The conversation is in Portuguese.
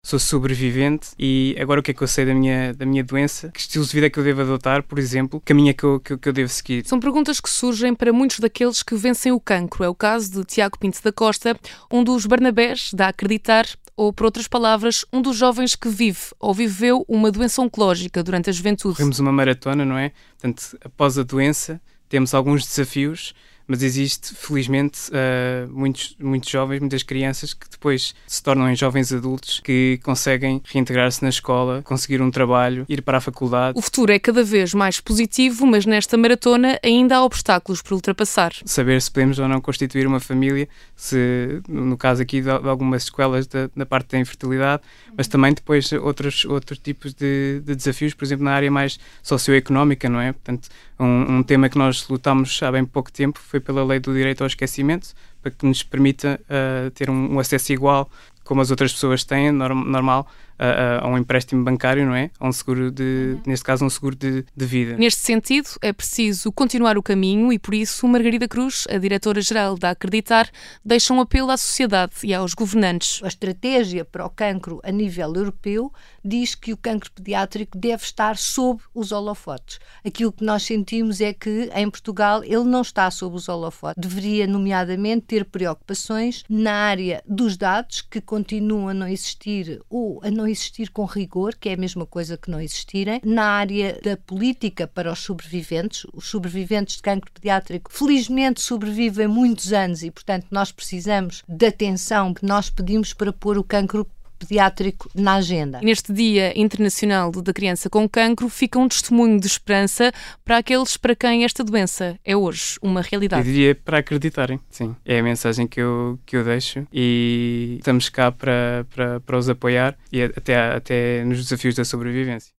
sou sobrevivente e agora o que é que eu sei da minha doença? Que estilo de vida é que eu devo adotar, por exemplo? Que caminho é que eu devo seguir? São perguntas que surgem para muitos daqueles que vencem o cancro. É o caso de Tiago Pinto da Costa, um dos Barnabés da Acreditar, ou, por outras palavras, um dos jovens que vive ou viveu uma doença oncológica durante a juventude. Corremos uma maratona, não é? Portanto, após a doença, temos alguns desafios, mas existe, felizmente, muitos jovens, muitas crianças que depois se tornam jovens adultos que conseguem reintegrar-se na escola, conseguir um trabalho, ir para a faculdade. O futuro é cada vez mais positivo, mas nesta maratona ainda há obstáculos por ultrapassar. Saber se podemos ou não constituir uma família, se, no caso aqui de algumas sequelas da parte da infertilidade, mas também depois outros tipos de desafios, por exemplo, na área mais socioeconómica, não é? Portanto, um tema que nós lutámos há bem pouco tempo foi pela lei do direito ao esquecimento, para que nos permita ter um acesso igual, como as outras pessoas têm, normal, a um empréstimo bancário, não é? A um seguro neste caso, um seguro de vida. Neste sentido, é preciso continuar o caminho e, por isso, Margarida Cruz, a diretora-geral da Acreditar, deixa um apelo à sociedade e aos governantes. A estratégia para o cancro a nível europeu diz que o cancro pediátrico deve estar sob os holofotes. Aquilo que nós sentimos é que, em Portugal, ele não está sob os holofotes. Deveria, nomeadamente, ter preocupações na área dos dados, que continuam a não existir ou a não existir com rigor, que é a mesma coisa que não existirem, na área da política para os sobreviventes de cancro pediátrico, felizmente sobrevivem muitos anos e, portanto, nós precisamos de atenção que nós pedimos para pôr o cancro pediátrico na agenda. E neste Dia Internacional da Criança com Cancro fica um testemunho de esperança para aqueles para quem esta doença é hoje uma realidade. Eu diria para acreditarem, sim. É a mensagem que eu deixo e estamos cá para os apoiar e até nos desafios da sobrevivência.